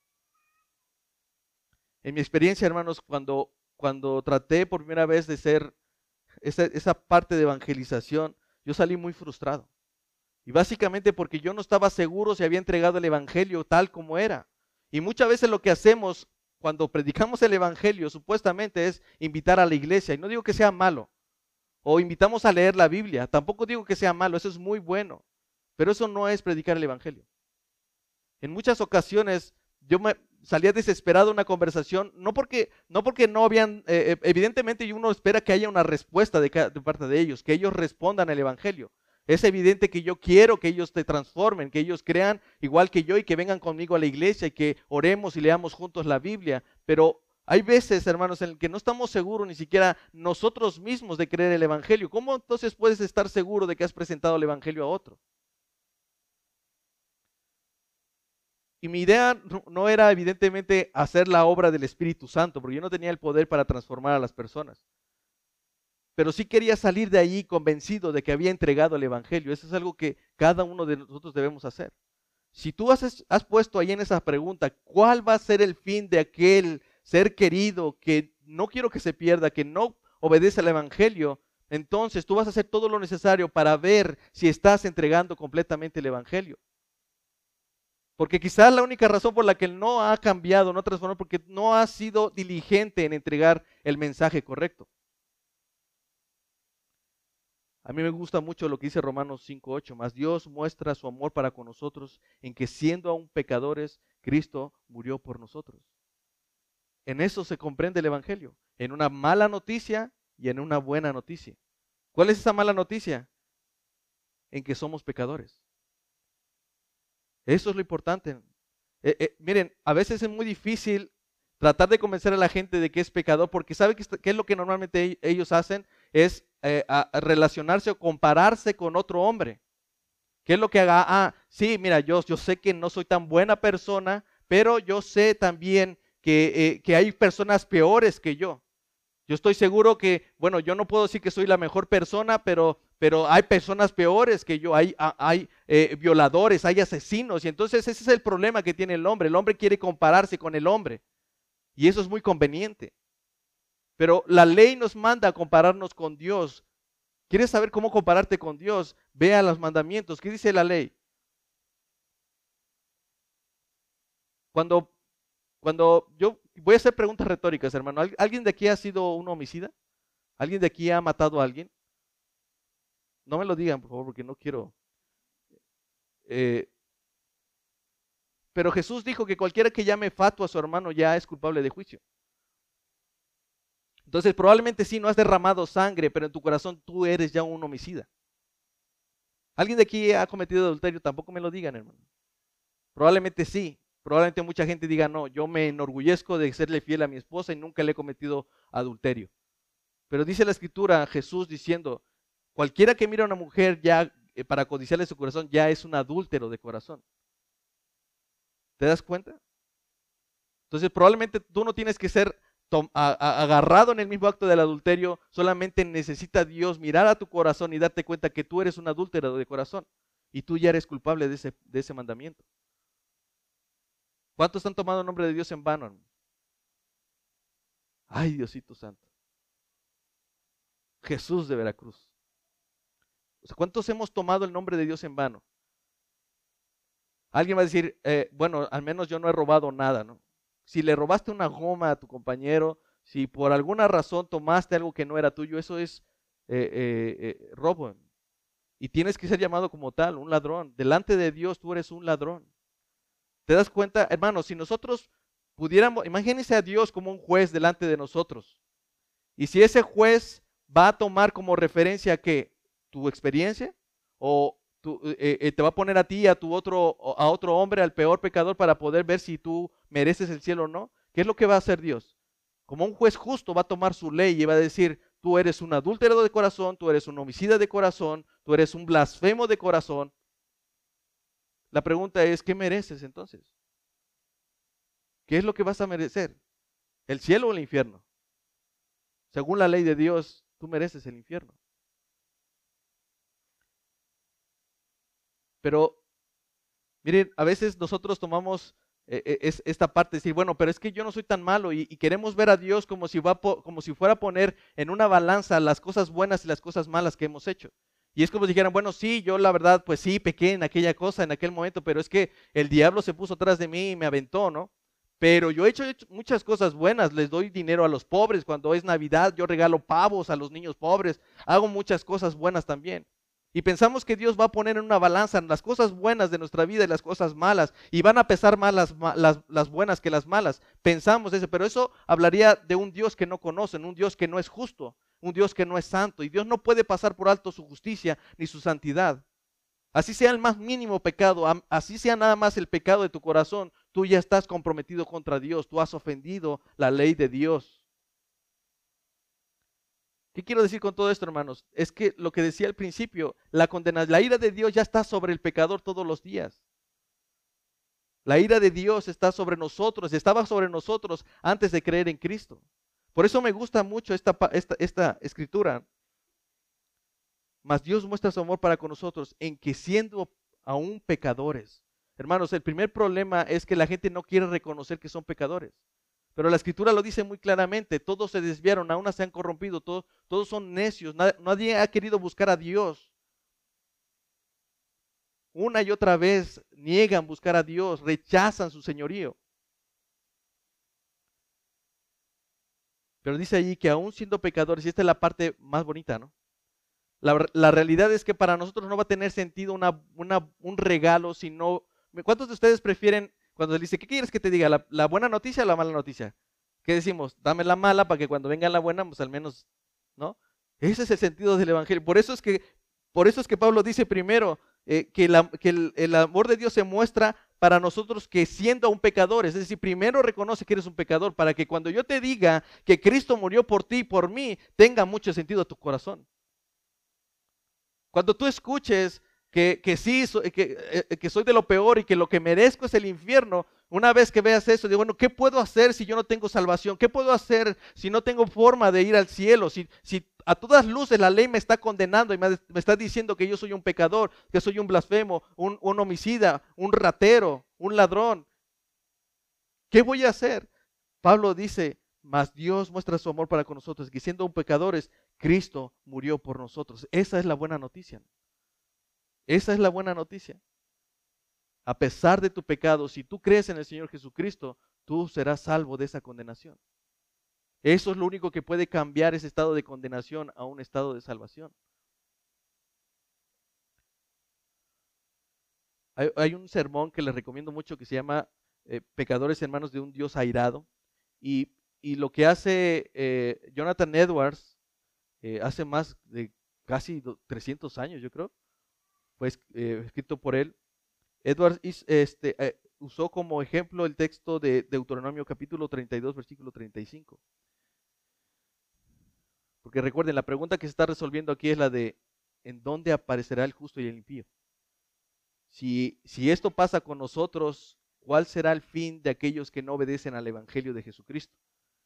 En mi experiencia, hermanos, cuando, cuando traté por primera vez de ser esa, esa parte de evangelización, yo salí muy frustrado. Y básicamente porque yo no estaba seguro si había entregado el Evangelio tal como era. Y muchas veces lo que hacemos cuando predicamos el Evangelio supuestamente es invitar a la iglesia. Y no digo que sea malo. O invitamos a leer la Biblia. Tampoco digo que sea malo, eso es muy bueno. Pero eso no es predicar el Evangelio. En muchas ocasiones yo me salía desesperado de una conversación, no porque no, porque no habían, eh, evidentemente uno espera que haya una respuesta de, de parte de ellos, que ellos respondan al Evangelio. Es evidente que yo quiero que ellos te transformen, que ellos crean igual que yo y que vengan conmigo a la iglesia y que oremos y leamos juntos la Biblia. Pero hay veces, hermanos, en que no estamos seguros ni siquiera nosotros mismos de creer el Evangelio. ¿Cómo entonces puedes estar seguro de que has presentado el Evangelio a otro? Y mi idea no era evidentemente hacer la obra del Espíritu Santo, porque yo no tenía el poder para transformar a las personas. Pero sí quería salir de allí convencido de que había entregado el Evangelio. Eso es algo que cada uno de nosotros debemos hacer. Si tú has, has puesto ahí en esa pregunta, ¿cuál va a ser el fin de aquel ser querido que no quiero que se pierda, que no obedece al Evangelio? Entonces tú vas a hacer todo lo necesario para ver si estás entregando completamente el Evangelio. Porque quizás la única razón por la que él no ha cambiado, no ha transformado, porque no ha sido diligente en entregar el mensaje correcto. A mí me gusta mucho lo que dice Romanos cinco ocho, más Dios muestra su amor para con nosotros en que siendo aún pecadores, Cristo murió por nosotros. En eso se comprende el Evangelio, en una mala noticia y en una buena noticia. ¿Cuál es esa mala noticia? En que somos pecadores. Eso es lo importante. Eh, eh, miren, a veces es muy difícil tratar de convencer a la gente de que es pecador, porque ¿sabe qué es lo que normalmente ellos hacen? Es eh, a relacionarse o compararse con otro hombre. ¿Qué es lo que haga? Ah, sí, mira, yo, yo sé que no soy tan buena persona, pero yo sé también que, eh, que hay personas peores que yo. Yo estoy seguro que, bueno, yo no puedo decir que soy la mejor persona, pero, pero hay personas peores que yo, hay, hay eh, violadores, hay asesinos, y entonces ese es el problema que tiene el hombre. El hombre quiere compararse con el hombre, y eso es muy conveniente. Pero la ley nos manda a compararnos con Dios. ¿Quieres saber cómo compararte con Dios? Ve a los mandamientos. ¿Qué dice la ley? Cuando, cuando yo voy a hacer preguntas retóricas, hermano. ¿Alguien de aquí ha sido un homicida? ¿Alguien de aquí ha matado a alguien? No me lo digan, por favor, porque no quiero. Eh, pero Jesús dijo que cualquiera que llame fatuo a su hermano ya es culpable de juicio. Entonces probablemente sí no has derramado sangre, pero en tu corazón tú eres ya un homicida. ¿Alguien de aquí ha cometido adulterio? Tampoco me lo digan, hermano. Probablemente sí. Probablemente mucha gente diga, no, yo me enorgullezco de serle fiel a mi esposa y nunca le he cometido adulterio. Pero dice la Escritura, Jesús diciendo, cualquiera que mira a una mujer ya eh, para codiciarle su corazón, ya es un adúltero de corazón. ¿Te das cuenta? Entonces probablemente tú no tienes que ser a, a, agarrado en el mismo acto del adulterio, solamente necesita Dios mirar a tu corazón y darte cuenta que tú eres un adúltero de corazón y tú ya eres culpable de ese, de ese mandamiento. ¿Cuántos han tomado el nombre de Dios en vano, hermano? Ay, Diosito Santo. Jesús de Veracruz. O sea, ¿cuántos hemos tomado el nombre de Dios en vano? Alguien va a decir, eh, bueno, al menos yo no he robado nada, ¿no? Si le robaste una goma a tu compañero, si por alguna razón tomaste algo que no era tuyo, eso es eh, eh, eh, robo. Y tienes que ser llamado como tal, un ladrón. Delante de Dios tú eres un ladrón. ¿Te das cuenta? Hermanos, si nosotros pudiéramos, imagínense a Dios como un juez delante de nosotros. Y si ese juez va a tomar como referencia que tu experiencia o tu, eh, eh, te va a poner a ti, a tu otro, a otro hombre, al peor pecador para poder ver si tú mereces el cielo o no, ¿qué es lo que va a hacer Dios? Como un juez justo va a tomar su ley y va a decir, tú eres un adúltero de corazón, tú eres un homicida de corazón, tú eres un blasfemo de corazón. La pregunta es, ¿qué mereces entonces? ¿Qué es lo que vas a merecer? ¿El cielo o el infierno? Según la ley de Dios, tú mereces el infierno. Pero, miren, a veces nosotros tomamos eh, es, esta parte de decir, bueno, pero es que yo no soy tan malo y, y queremos ver a Dios como si, va po, como si fuera a poner en una balanza las cosas buenas y las cosas malas que hemos hecho. Y es como si dijeran, bueno, sí, yo la verdad, pues sí, pequé en aquella cosa, en aquel momento, pero es que el diablo se puso atrás de mí y me aventó, ¿no? Pero yo he hecho muchas cosas buenas, les doy dinero a los pobres, cuando es Navidad yo regalo pavos a los niños pobres, hago muchas cosas buenas también. Y pensamos que Dios va a poner en una balanza las cosas buenas de nuestra vida y las cosas malas, y van a pesar más las, las, las buenas que las malas. Pensamos eso, pero eso hablaría de un Dios que no conocen, un Dios que no es justo, un Dios que no es santo, y Dios no puede pasar por alto su justicia ni su santidad. Así sea el más mínimo pecado, así sea nada más el pecado de tu corazón, tú ya estás comprometido contra Dios, tú has ofendido la ley de Dios. ¿Qué quiero decir con todo esto, hermanos? Es que lo que decía al principio, la condena, la ira de Dios ya está sobre el pecador todos los días. La ira de Dios está sobre nosotros, estaba sobre nosotros antes de creer en Cristo. Por eso me gusta mucho esta, esta, esta escritura. Mas Dios muestra su amor para con nosotros en que siendo aún pecadores. Hermanos, el primer problema es que la gente no quiere reconocer que son pecadores. Pero la Escritura lo dice muy claramente, todos se desviaron, aún se han corrompido, todos, todos son necios, nadie, nadie ha querido buscar a Dios. Una y otra vez niegan buscar a Dios, rechazan su señorío. Pero dice allí que aún siendo pecadores, y esta es la parte más bonita, ¿no? La, la realidad es que para nosotros no va a tener sentido una, una, un regalo, sino... ¿Cuántos de ustedes prefieren, cuando le dice, ¿qué quieres que te diga? ¿La, la buena noticia o la mala noticia? ¿Qué decimos? Dame la mala para que cuando venga la buena, pues al menos, ¿no? Ese es el sentido del evangelio. Por eso es que, por eso es que Pablo dice primero eh, que, la, que el, el amor de Dios se muestra para nosotros que siendo un pecador, es decir, primero reconoce que eres un pecador para que cuando yo te diga que Cristo murió por ti y por mí, tenga mucho sentido a tu corazón. Cuando tú escuches que, que sí, que, que soy de lo peor y que lo que merezco es el infierno, una vez que veas eso, digo, bueno, ¿qué puedo hacer si yo no tengo salvación? ¿Qué puedo hacer si no tengo forma de ir al cielo? Si, si a todas luces la ley me está condenando y me, me está diciendo que yo soy un pecador, que soy un blasfemo, un, un homicida, un ratero, un ladrón. ¿Qué voy a hacer? Pablo dice, mas Dios muestra su amor para con nosotros, que siendo un pecadores, Cristo murió por nosotros. Esa es la buena noticia. Esa es la buena noticia. A pesar de tu pecado, si tú crees en el Señor Jesucristo, tú serás salvo de esa condenación. Eso es lo único que puede cambiar ese estado de condenación a un estado de salvación. Hay, hay un sermón que les recomiendo mucho que se llama eh, Pecadores en manos de un Dios airado. Y, y lo que hace eh, Jonathan Edwards, eh, hace más de casi trescientos años, yo creo, fue eh, escrito por él. Edwards este, eh, usó como ejemplo el texto de Deuteronomio capítulo treinta y dos, versículo treinta y cinco. Porque recuerden, la pregunta que se está resolviendo aquí es la de ¿en dónde aparecerá el justo y el impío? Si, si esto pasa con nosotros, ¿cuál será el fin de aquellos que no obedecen al Evangelio de Jesucristo?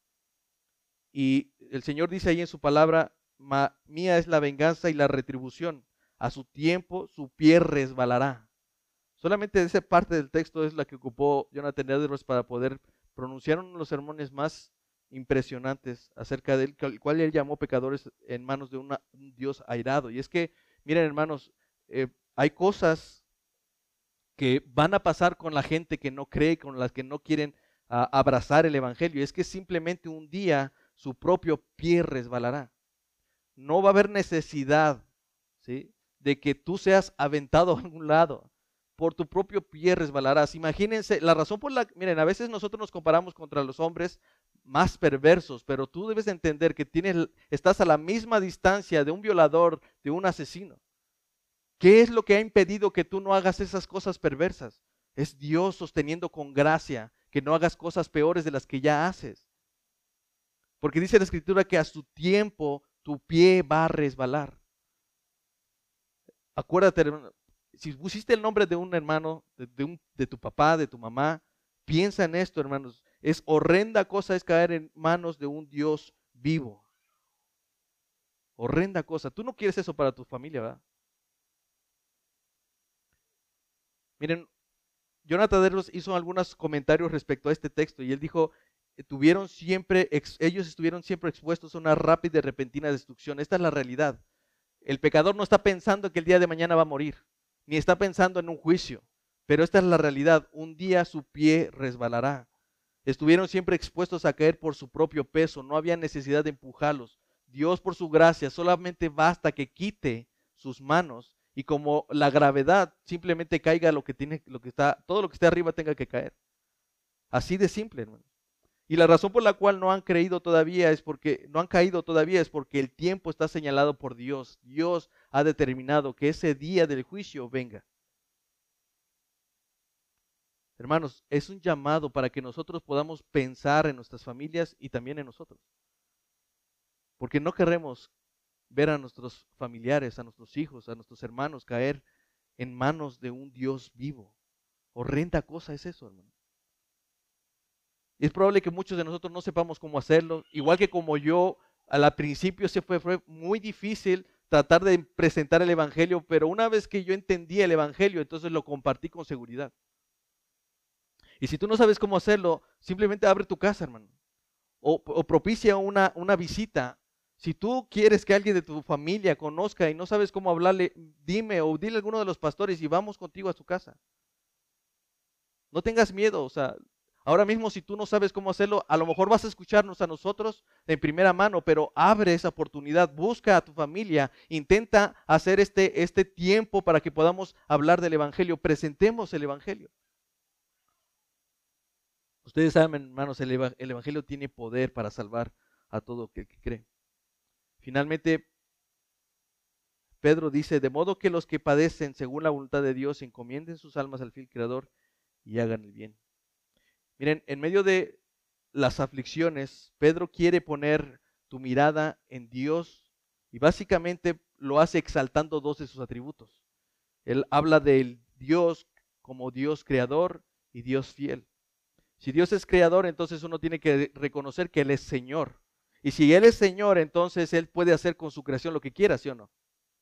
Y el Señor dice ahí en su palabra, mía es la venganza y la retribución. A su tiempo su pie resbalará. Solamente esa parte del texto es la que ocupó Jonathan Edwards para poder pronunciar uno de los sermones más impresionantes acerca de él, el cual él llamó pecadores en manos de una, un Dios airado. Y es que, miren hermanos, eh, hay cosas que van a pasar con la gente que no cree, con las que no quieren uh, abrazar el Evangelio. Es que simplemente un día su propio pie resbalará. No va a haber necesidad, ¿sí?, de que tú seas aventado a algún lado. Por tu propio pie resbalarás. Imagínense, la razón por la que, miren, a veces nosotros nos comparamos contra los hombres más perversos, pero tú debes entender que tienes, estás a la misma distancia de un violador, de un asesino. ¿Qué es lo que ha impedido que tú no hagas esas cosas perversas? Es Dios sosteniendo con gracia que no hagas cosas peores de las que ya haces. Porque dice la Escritura que a su tiempo tu pie va a resbalar. Acuérdate, hermano, si pusiste el nombre de un hermano, de, de, un, de tu papá, de tu mamá, piensa en esto, hermanos. Es horrenda cosa es caer en manos de un Dios vivo. Horrenda cosa. Tú no quieres eso para tu familia, ¿verdad? Miren, Jonathan Edwards hizo algunos comentarios respecto a este texto y él dijo, tuvieron siempre, ellos estuvieron siempre expuestos a una rápida y repentina destrucción. Esta es la realidad. El pecador no está pensando que el día de mañana va a morir, ni está pensando en un juicio, pero esta es la realidad. Un día su pie resbalará. Estuvieron siempre expuestos a caer por su propio peso, no había necesidad de empujarlos. Dios por su gracia solamente basta que quite sus manos y como la gravedad simplemente caiga lo que tiene, lo que está, todo lo que esté arriba tenga que caer. Así de simple, hermano. Y la razón por la cual no han creído todavía es porque, no han caído todavía es porque el tiempo está señalado por Dios. Dios ha determinado que ese día del juicio venga. Hermanos, es un llamado para que nosotros podamos pensar en nuestras familias y también en nosotros. Porque no queremos ver a nuestros familiares, a nuestros hijos, a nuestros hermanos caer en manos de un Dios vivo. Horrenda cosa es eso, hermano. Y es probable que muchos de nosotros no sepamos cómo hacerlo. Igual que como yo, al principio se fue, fue muy difícil tratar de presentar el Evangelio, pero una vez que yo entendí el Evangelio, entonces lo compartí con seguridad. Y si tú no sabes cómo hacerlo, simplemente abre tu casa, hermano. O, o propicia una, una visita. Si tú quieres que alguien de tu familia conozca y no sabes cómo hablarle, dime o dile a alguno de los pastores y vamos contigo a su casa. No tengas miedo, o sea, ahora mismo si tú no sabes cómo hacerlo, a lo mejor vas a escucharnos a nosotros en primera mano, pero abre esa oportunidad, busca a tu familia, intenta hacer este, este tiempo para que podamos hablar del Evangelio, presentemos el Evangelio. Ustedes saben, hermanos, el, eva- el Evangelio tiene poder para salvar a todo aquel que cree. Finalmente, Pedro dice, de modo que los que padecen según la voluntad de Dios encomienden sus almas al fiel Creador y hagan el bien. Miren, en medio de las aflicciones, Pedro quiere poner tu mirada en Dios y básicamente lo hace exaltando dos de sus atributos. Él habla del Dios como Dios creador y Dios fiel. Si Dios es creador, entonces uno tiene que reconocer que Él es Señor. Y si Él es Señor, entonces Él puede hacer con su creación lo que quiera, ¿sí o no?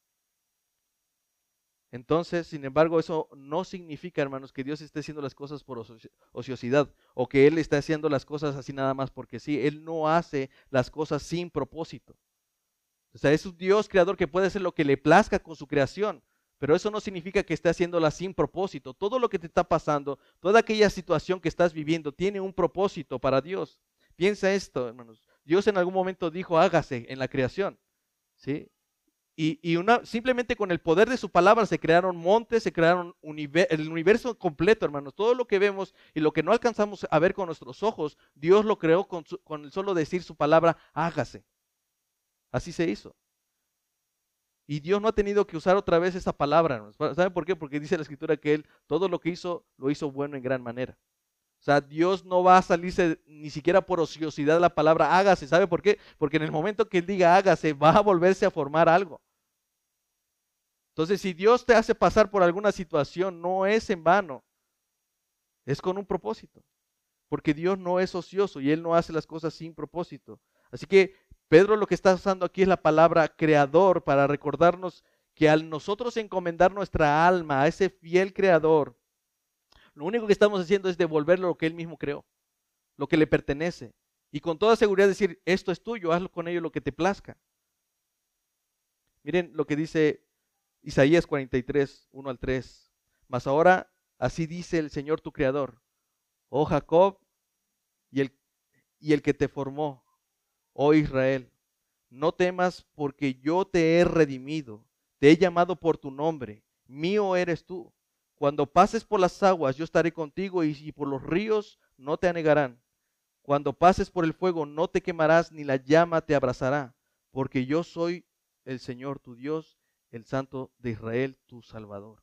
Entonces, sin embargo, eso no significa, hermanos, que Dios esté haciendo las cosas por ociosidad o que Él esté haciendo las cosas así nada más porque sí. Él no hace las cosas sin propósito. O sea, es un Dios creador que puede hacer lo que le plazca con su creación, pero eso no significa que esté haciéndola sin propósito. Todo lo que te está pasando, toda aquella situación que estás viviendo, tiene un propósito para Dios. Piensa esto, hermanos. Dios en algún momento dijo, hágase en la creación, ¿sí? Y, y una, simplemente con el poder de su palabra se crearon montes, se crearon univer, el universo completo, hermanos. Todo lo que vemos y lo que no alcanzamos a ver con nuestros ojos, Dios lo creó con, su, con el solo decir su palabra, hágase. Así se hizo. Y Dios no ha tenido que usar otra vez esa palabra, hermanos. ¿Saben por qué? Porque dice la Escritura que Él todo lo que hizo, lo hizo bueno en gran manera. O sea, Dios no va a salirse ni siquiera por ociosidad de la palabra hágase. ¿Sabe por qué? Porque en el momento que Él diga hágase, va a volverse a formar algo. Entonces, si Dios te hace pasar por alguna situación, no es en vano, es con un propósito. Porque Dios no es ocioso y Él no hace las cosas sin propósito. Así que Pedro lo que está usando aquí es la palabra creador para recordarnos que al nosotros encomendar nuestra alma a ese fiel creador, lo único que estamos haciendo es devolverle lo que Él mismo creó, lo que le pertenece. Y con toda seguridad decir, esto es tuyo, hazlo con ello lo que te plazca. Miren lo que dice Isaías cuarenta y tres, uno al tres. Mas ahora así dice el Señor tu creador, oh Jacob, y el, y el que te formó, oh Israel, no temas porque yo te he redimido, te he llamado por tu nombre, mío eres tú. Cuando pases por las aguas, yo estaré contigo, y, y por los ríos no te anegarán. Cuando pases por el fuego, no te quemarás, ni la llama te abrasará, porque yo soy el Señor tu Dios, el Santo de Israel, tu Salvador.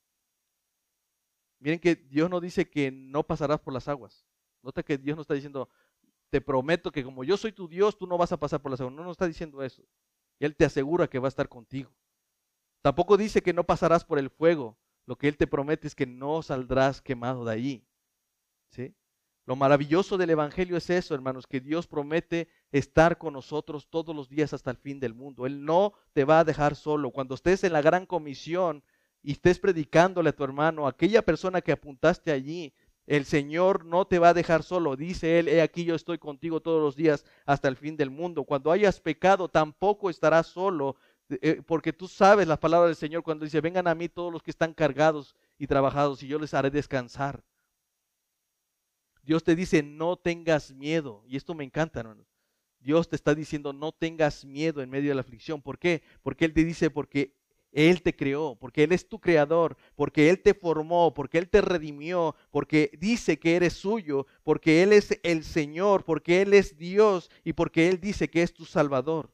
Miren que Dios no dice que no pasarás por las aguas. Nota que Dios no está diciendo, te prometo que como yo soy tu Dios, tú no vas a pasar por las aguas. No, no está diciendo eso. Él te asegura que va a estar contigo. Tampoco dice que no pasarás por el fuego. Lo que Él te promete es que no saldrás quemado de allí. ¿Sí? Lo maravilloso del Evangelio es eso, hermanos, que Dios promete estar con nosotros todos los días hasta el fin del mundo. Él no te va a dejar solo. Cuando estés en la gran comisión y estés predicándole a tu hermano, a aquella persona que apuntaste allí, el Señor no te va a dejar solo. Dice Él, he aquí yo estoy contigo todos los días hasta el fin del mundo. Cuando hayas pecado, tampoco estarás solo, eh, porque tú sabes las palabras del Señor cuando dice, vengan a mí todos los que están cargados y trabajados, y yo les haré descansar. Dios te dice, no tengas miedo. Y esto me encanta, hermanos. Dios te está diciendo, no tengas miedo en medio de la aflicción. ¿Por qué? Porque Él te dice, porque Él te creó, porque Él es tu creador, porque Él te formó, porque Él te redimió, porque dice que eres suyo, porque Él es el Señor, porque Él es Dios y porque Él dice que es tu Salvador.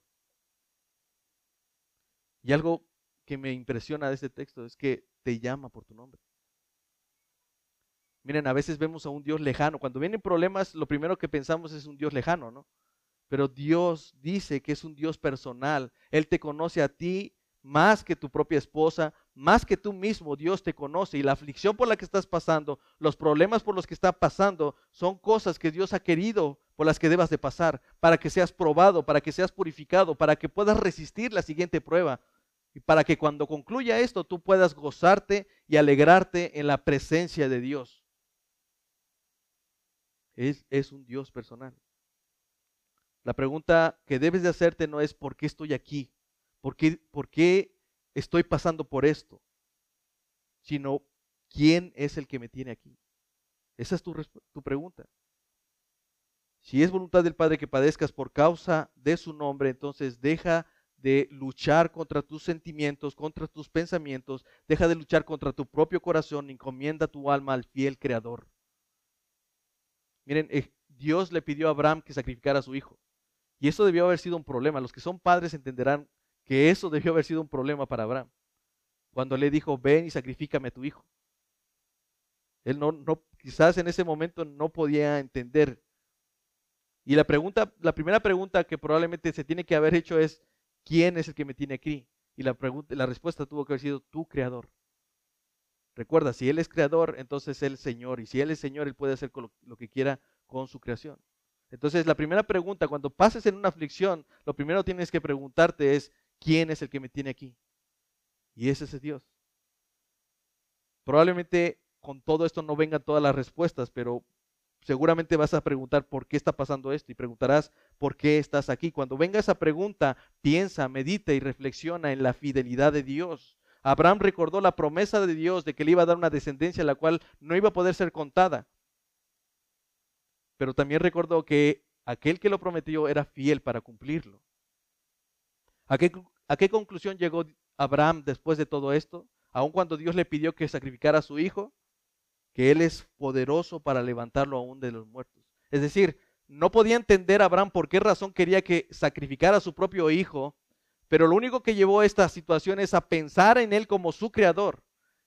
Y algo que me impresiona de este texto es que te llama por tu nombre. Miren, a veces vemos a un Dios lejano. Cuando vienen problemas, lo primero que pensamos es un Dios lejano, ¿no? Pero Dios dice que es un Dios personal. Él te conoce a ti más que tu propia esposa, más que tú mismo. Dios te conoce. Y la aflicción por la que estás pasando, los problemas por los que estás pasando, son cosas que Dios ha querido por las que debas de pasar, para que seas probado, para que seas purificado, para que puedas resistir la siguiente prueba. Y para que cuando concluya esto, tú puedas gozarte y alegrarte en la presencia de Dios. Es, es un Dios personal. La pregunta que debes de hacerte no es ¿por qué estoy aquí? ¿Por qué, por qué estoy pasando por esto? Sino ¿quién es el que me tiene aquí? Esa es tu, tu pregunta. Si es voluntad del Padre que padezcas por causa de su nombre, entonces deja de luchar contra tus sentimientos, contra tus pensamientos, deja de luchar contra tu propio corazón, encomienda tu alma al fiel Creador. Miren, Dios le pidió a Abraham que sacrificara a su hijo. Y eso debió haber sido un problema. Los que son padres entenderán que eso debió haber sido un problema para Abraham. Cuando le dijo, ven y sacrifícame a tu hijo. Él no, no, quizás en ese momento no podía entender. Y la pregunta, la primera pregunta que probablemente se tiene que haber hecho es, ¿quién es el que me tiene aquí? Y la, pregunta, la respuesta tuvo que haber sido, tu creador. Recuerda, si Él es creador, entonces Él es Señor. Y si Él es Señor, Él puede hacer lo, lo que quiera con su creación. Entonces, la primera pregunta, cuando pases en una aflicción, lo primero que tienes que preguntarte es, ¿quién es el que me tiene aquí? Y ese es Dios. Probablemente con todo esto no vengan todas las respuestas, pero seguramente vas a preguntar por qué está pasando esto y preguntarás por qué estás aquí. Cuando venga esa pregunta, piensa, medita y reflexiona en la fidelidad de Dios. Abraham recordó la promesa de Dios de que le iba a dar una descendencia la cual no iba a poder ser contada. Pero también recordó que aquel que lo prometió era fiel para cumplirlo. ¿A qué, a qué conclusión llegó Abraham después de todo esto? Aun cuando Dios le pidió que sacrificara a su hijo, que Él es poderoso para levantarlo aún de los muertos. Es decir, no podía entender Abraham por qué razón quería que sacrificara a su propio hijo, pero lo único que llevó a esta situación es a pensar en Él como su creador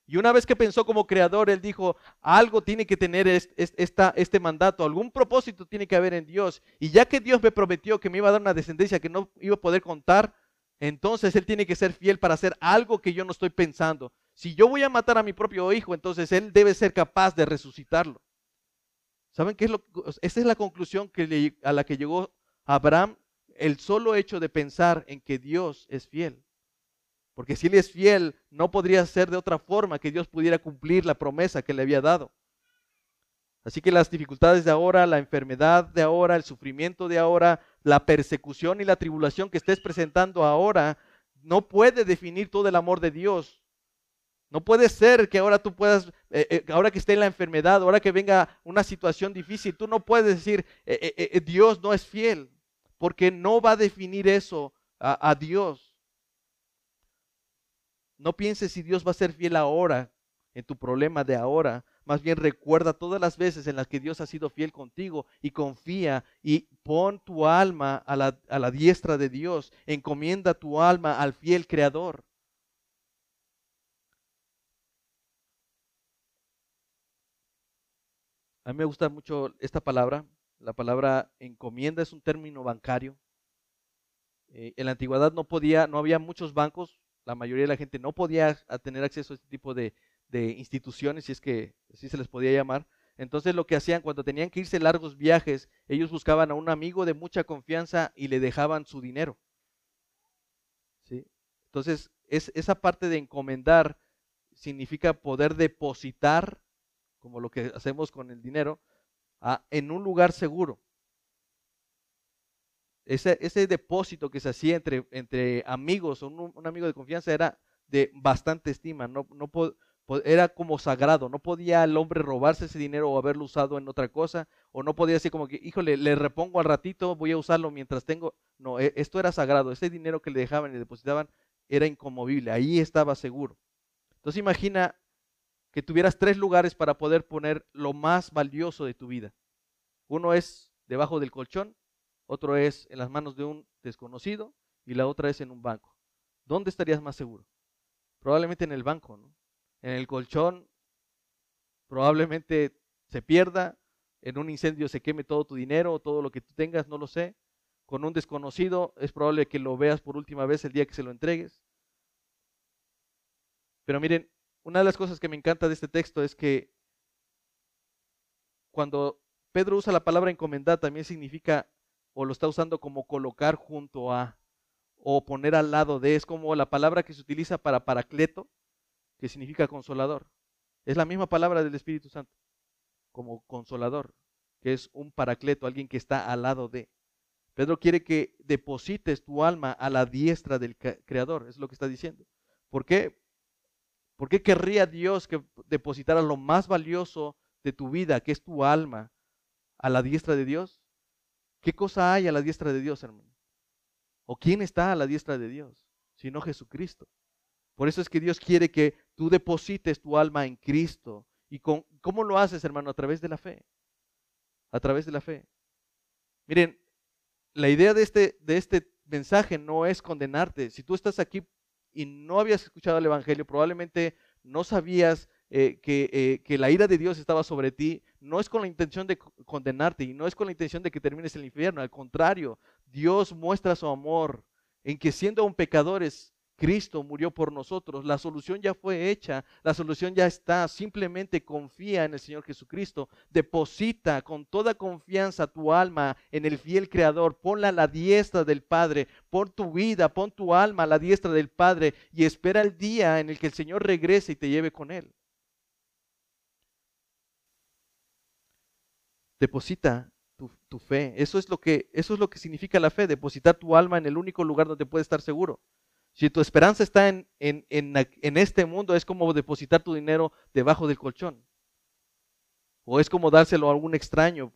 Y una vez que pensó como creador, él dijo, algo tiene que tener este, esta, este mandato, algún propósito tiene que haber en Dios. Y ya que Dios me prometió que me iba a dar una descendencia que no iba a poder contar, entonces él tiene que ser fiel para hacer algo que yo no estoy pensando. Si yo voy a matar a mi propio hijo, entonces él debe ser capaz de resucitarlo. ¿Saben qué es lo? Esa es la conclusión que le, a la que llegó Abraham, el solo hecho de pensar en que Dios es fiel. Porque si Él es fiel, no podría ser de otra forma que Dios pudiera cumplir la promesa que le había dado. Así que las dificultades de ahora, la enfermedad de ahora, el sufrimiento de ahora, la persecución y la tribulación que estés presentando ahora, no puede definir todo el amor de Dios. No puede ser que ahora tú puedas, eh, eh, ahora que esté en la enfermedad, ahora que venga una situación difícil, tú no puedes decir, eh, eh, eh, Dios no es fiel, porque no va a definir eso a, a Dios. No pienses si Dios va a ser fiel ahora, en tu problema de ahora. Más bien recuerda todas las veces en las que Dios ha sido fiel contigo y confía y pon tu alma a la, a la diestra de Dios. Encomienda tu alma al fiel Creador. A mí me gusta mucho esta palabra. La palabra encomienda es un término bancario. Eh, en la antigüedad no podía, no había muchos bancos. La mayoría de la gente no podía tener acceso a este tipo de, de instituciones, si es que así se les podía llamar. Entonces lo que hacían cuando tenían que irse largos viajes, ellos buscaban a un amigo de mucha confianza y le dejaban su dinero. ¿Sí? Entonces es, esa parte de encomendar significa poder depositar, como lo que hacemos con el dinero, a, en un lugar seguro. Ese, ese depósito que se hacía entre, entre amigos o un, un amigo de confianza era de bastante estima, no, no po, po, era como sagrado, no podía el hombre robarse ese dinero o haberlo usado en otra cosa, o no podía decir como que, híjole, le repongo al ratito, voy a usarlo mientras tengo. No, esto era sagrado, ese dinero que le dejaban y depositaban era inconmovible, ahí estaba seguro. Entonces imagina que tuvieras tres lugares para poder poner lo más valioso de tu vida. Uno es debajo del colchón, otro es en las manos de un desconocido y la otra es en un banco. ¿Dónde estarías más seguro? Probablemente en el banco, ¿no? En el colchón probablemente se pierda, en un incendio se queme todo tu dinero, todo lo que tú tengas, no lo sé. Con un desconocido es probable que lo veas por última vez el día que se lo entregues. Pero miren, una de las cosas que me encanta de este texto es que cuando Pedro usa la palabra encomendar, también significa, o lo está usando como colocar junto a, o poner al lado de, es como la palabra que se utiliza para paracleto, que significa consolador. Es la misma palabra del Espíritu Santo, como consolador, que es un paracleto, alguien que está al lado de. Pedro quiere que deposites tu alma a la diestra del Creador, es lo que está diciendo. ¿Por qué? ¿Por qué querría Dios que depositaras lo más valioso de tu vida, que es tu alma, a la diestra de Dios? ¿Qué cosa hay a la diestra de Dios, hermano? ¿O quién está a la diestra de Dios? Sino Jesucristo. Por eso es que Dios quiere que tú deposites tu alma en Cristo. ¿Y con, cómo lo haces, hermano? A través de la fe. A través de la fe. Miren, la idea de este, de este mensaje no es condenarte. Si tú estás aquí y no habías escuchado el Evangelio, probablemente no sabías eh, que, eh, que la ira de Dios estaba sobre ti, no es con la intención de condenarte y no es con la intención de que termines en el infierno. Al contrario, Dios muestra su amor en que siendo aún pecadores, Cristo murió por nosotros. La solución ya fue hecha, la solución ya está. Simplemente confía en el Señor Jesucristo. Deposita con toda confianza tu alma en el fiel Creador. Ponla a la diestra del Padre. Pon tu vida, pon tu alma a la diestra del Padre y espera el día en el que el Señor regrese y te lleve con Él. Deposita tu, tu fe. Eso es lo que, eso es lo que significa la fe, depositar tu alma en el único lugar donde puedes estar seguro. Si tu esperanza está en, en, en, en este mundo, es como depositar tu dinero debajo del colchón. O es como dárselo a algún extraño.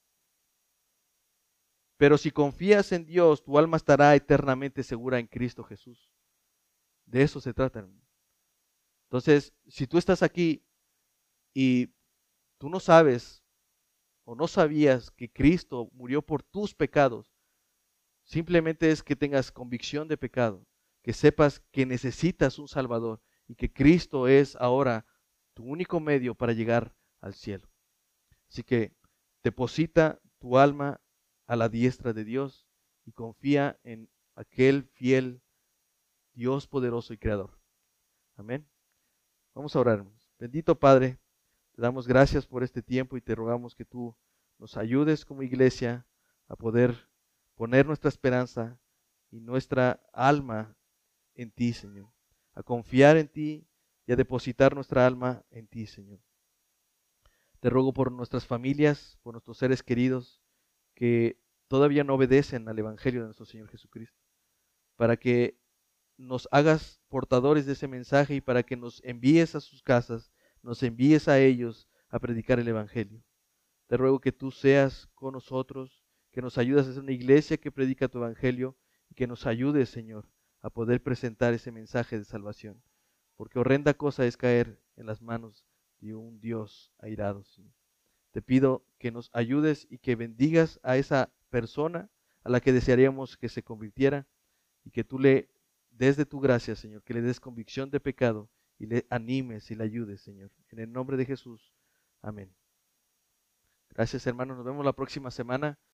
Pero si confías en Dios, tu alma estará eternamente segura en Cristo Jesús. De eso se trata, hermano. Entonces, si tú estás aquí y tú no sabes o no sabías que Cristo murió por tus pecados, simplemente es que tengas convicción de pecado, que sepas que necesitas un Salvador y que Cristo es ahora tu único medio para llegar al cielo. Así que deposita tu alma a la diestra de Dios y confía en aquel fiel Dios poderoso y creador. Amén. Vamos a orar, hermanos. Bendito Padre, te damos gracias por este tiempo y te rogamos que tú nos ayudes como iglesia a poder poner nuestra esperanza y nuestra alma en ti, Señor. A confiar en ti y a depositar nuestra alma en ti, Señor. Te ruego por nuestras familias, por nuestros seres queridos que todavía no obedecen al Evangelio de nuestro Señor Jesucristo, para que nos hagas portadores de ese mensaje y para que nos envíes a sus casas, nos envíes a ellos a predicar el Evangelio. Te ruego que tú seas con nosotros, que nos ayudes a ser una iglesia que predica tu Evangelio y que nos ayudes, Señor, a poder presentar ese mensaje de salvación. Porque horrenda cosa es caer en las manos de un Dios airado, Señor. Te pido que nos ayudes y que bendigas a esa persona a la que desearíamos que se convirtiera y que tú le des de tu gracia, Señor, que le des convicción de pecado y le animes y le ayudes, Señor. En el nombre de Jesús. Amén. Gracias, hermanos. Nos vemos la próxima semana.